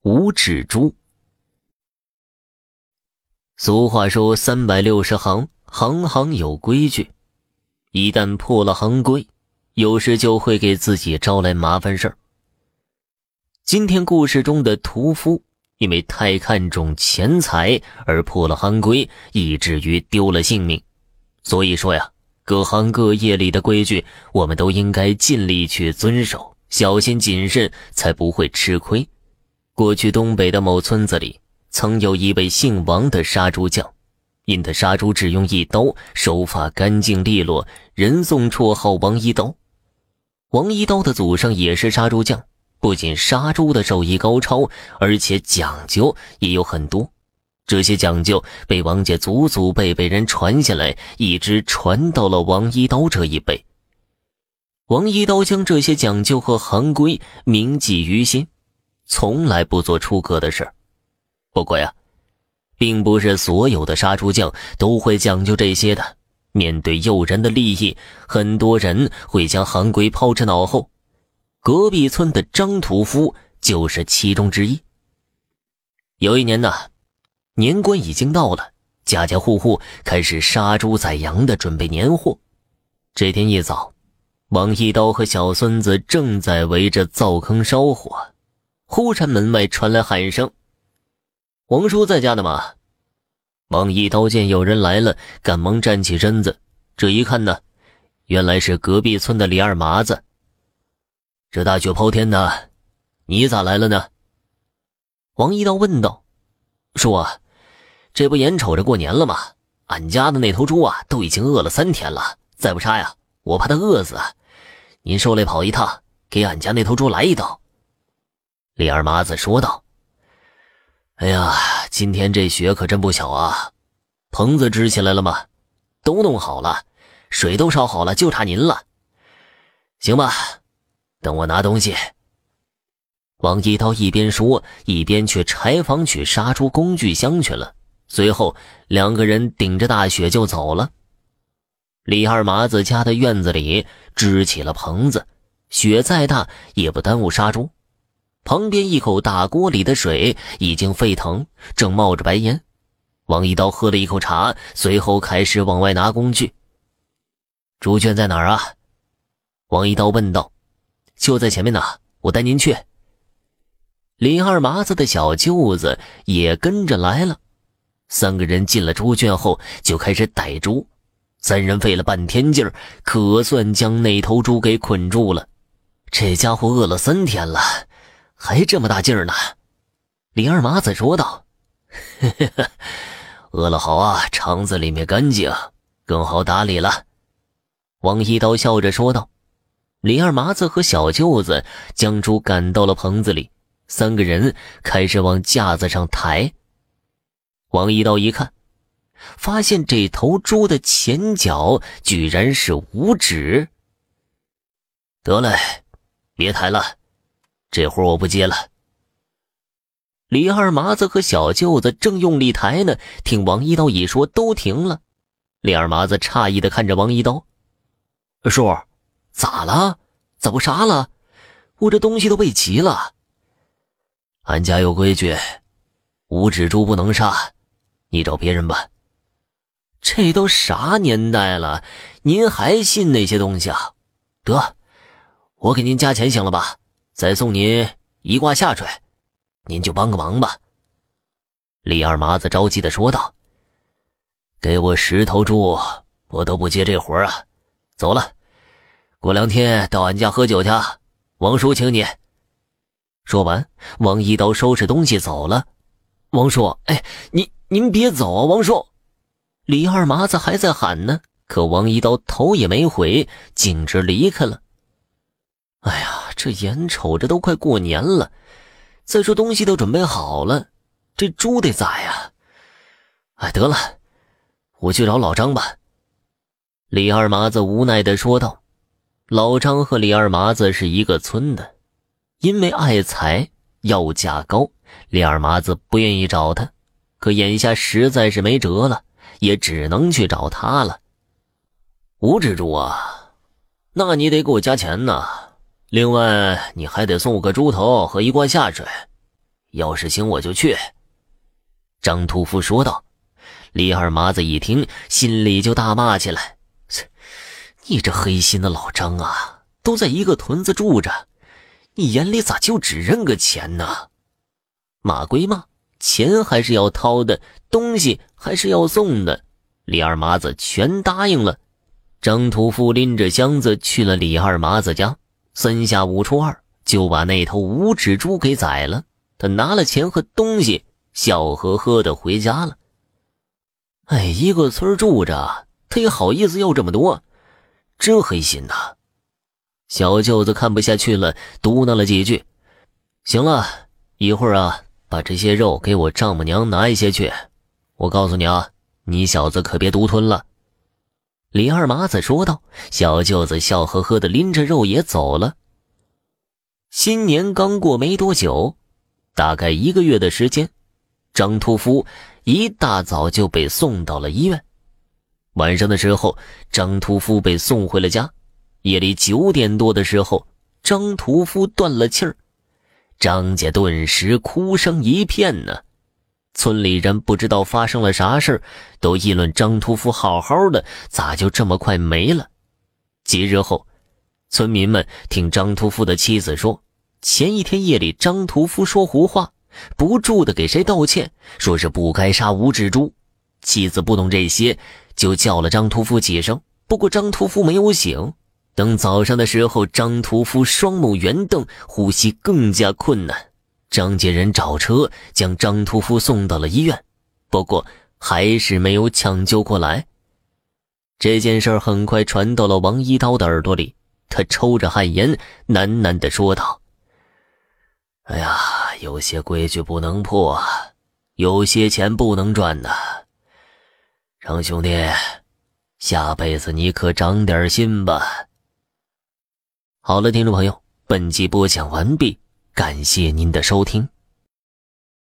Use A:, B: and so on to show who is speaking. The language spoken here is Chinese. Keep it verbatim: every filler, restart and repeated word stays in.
A: 五指猪。俗话说三百六十行，行行有规矩。一旦破了行规，有时就会给自己招来麻烦事儿。今天故事中的屠夫因为太看重钱财而破了行规，以至于丢了性命。所以说呀，各行各业里的规矩我们都应该尽力去遵守，小心谨慎，才不会吃亏。过去东北的某村子里曾有一位姓王的杀猪匠，因他杀猪只用一刀，手法干净利落，人送绰号王一刀。王一刀的祖上也是杀猪匠，不仅杀猪的手艺高超，而且讲究也有很多。这些讲究被王家祖祖辈辈人传下来，一直传到了王一刀这一辈。王一刀将这些讲究和行规铭记于心，从来不做出格的事。不过呀，并不是所有的杀猪匠都会讲究这些的。面对诱人的利益，很多人会将行规抛之脑后。隔壁村的张屠夫就是其中之一。有一年呢，年关已经到了，家家户户开始杀猪宰羊的准备年货。这天一早，王一刀和小孙子正在围着灶坑烧火，忽然门外传来喊声：“王叔在家呢吗？”王一刀见有人来了，赶忙站起身子，这一看呢，原来是隔壁村的李二麻子。这大雪抛天的，你咋来了呢？王一刀问道。说啊，这不眼瞅着过年了吗？俺家的那头猪啊，都已经饿了三天了，再不杀呀，我怕它饿死。您受累跑一趟，给俺家那头猪来一刀。李二麻子说道。哎呀，今天这雪可真不小啊！棚子支起来了吗？都弄好了，水都烧好了，就差您了。行吧，等我拿东西。王一刀一边说，一边去柴房取杀猪工具箱去了。随后两个人顶着大雪就走了。李二麻子家的院子里支起了棚子，雪再大也不耽误杀猪。旁边一口大锅里的水已经沸腾，正冒着白烟。王一刀喝了一口茶，随后开始往外拿工具。猪圈在哪儿啊？王一刀问道。就在前面呢，我带您去。李二麻子的小舅子也跟着来了。三个人进了猪圈后就开始逮猪。三人费了半天劲儿，可算将那头猪给捆住了。这家伙饿了三天了，还这么大劲儿呢。李二麻子说道。饿了好啊，肠子里面干净，更好打理了。王一刀笑着说道。李二麻子和小舅子将猪赶到了棚子里，三个人开始往架子上抬。王一刀一看，发现这头猪的前脚居然是五指。得嘞，别抬了，这活我不接了。李二麻子和小舅子正用力抬呢，听王一刀一说，都停了。李二麻子诧异地看着王一刀。叔，咋了？咋不杀了？我这东西都备齐了。俺家有规矩，五指猪不能杀，你找别人吧。这都啥年代了，您还信那些东西啊？得，我给您加钱行了吧？再送您一挂下水，您就帮个忙吧。李二麻子着急地说道。给我十头猪，我都不接这活啊。走了，过两天到俺家喝酒去，王叔请你。说完，王一刀收拾东西走了。王叔，哎，您您别走啊，王叔！李二麻子还在喊呢，可王一刀头也没回，径直离开了。哎呀，这眼瞅着都快过年了，再说东西都准备好了，这猪得宰呀。哎，得了，我去找老张吧。李二麻子无奈地说道。老张和李二麻子是一个村的，因为爱财要价高，李二麻子不愿意找他，可眼下实在是没辙了，也只能去找他了。五指猪啊，那你得给我加钱呢，另外你还得送我个猪头和一罐下水， 要是行我就去。”张屠夫说道。李二麻子一听，心里就大骂起来：“你这黑心的老张啊，都在一个屯子住着，你眼里咋就只认个钱呢？骂归骂，钱还是要掏的，东西还是要送的。”李二麻子全答应了。张屠夫拎着箱子去了李二麻子家，三下五除二就把那头五指猪给宰了。他拿了钱和东西，笑呵呵的回家了。哎，一个村住着，他也好意思要这么多，真黑心呐！小舅子看不下去了，嘟囔了几句：“行了，一会儿啊，把这些肉给我丈母娘拿一些去。我告诉你啊，你小子可别独吞了。”李二麻子说道。小舅子笑呵呵的拎着肉也走了。新年刚过没多久，大概一个月的时间，张屠夫一大早就被送到了医院。晚上的时候，张屠夫被送回了家。夜里九点多的时候，张屠夫断了气儿。张家顿时哭声一片呢。村里人不知道发生了啥事，都议论张屠夫好好的，咋就这么快没了？几日后，村民们听张屠夫的妻子说，前一天夜里张屠夫说胡话，不住的给谁道歉，说是不该杀五指猪。妻子不懂这些，就叫了张屠夫几声，不过张屠夫没有醒。等早上的时候，张屠夫双目圆瞪，呼吸更加困难。张家人找车将张屠夫送到了医院，不过还是没有抢救过来。这件事很快传到了王一刀的耳朵里，他抽着旱烟，喃喃地说道：“哎呀，有些规矩不能破，有些钱不能赚的。张兄弟，下辈子你可长点心吧。”好了，听众朋友，本集播讲完毕，感谢您的收听。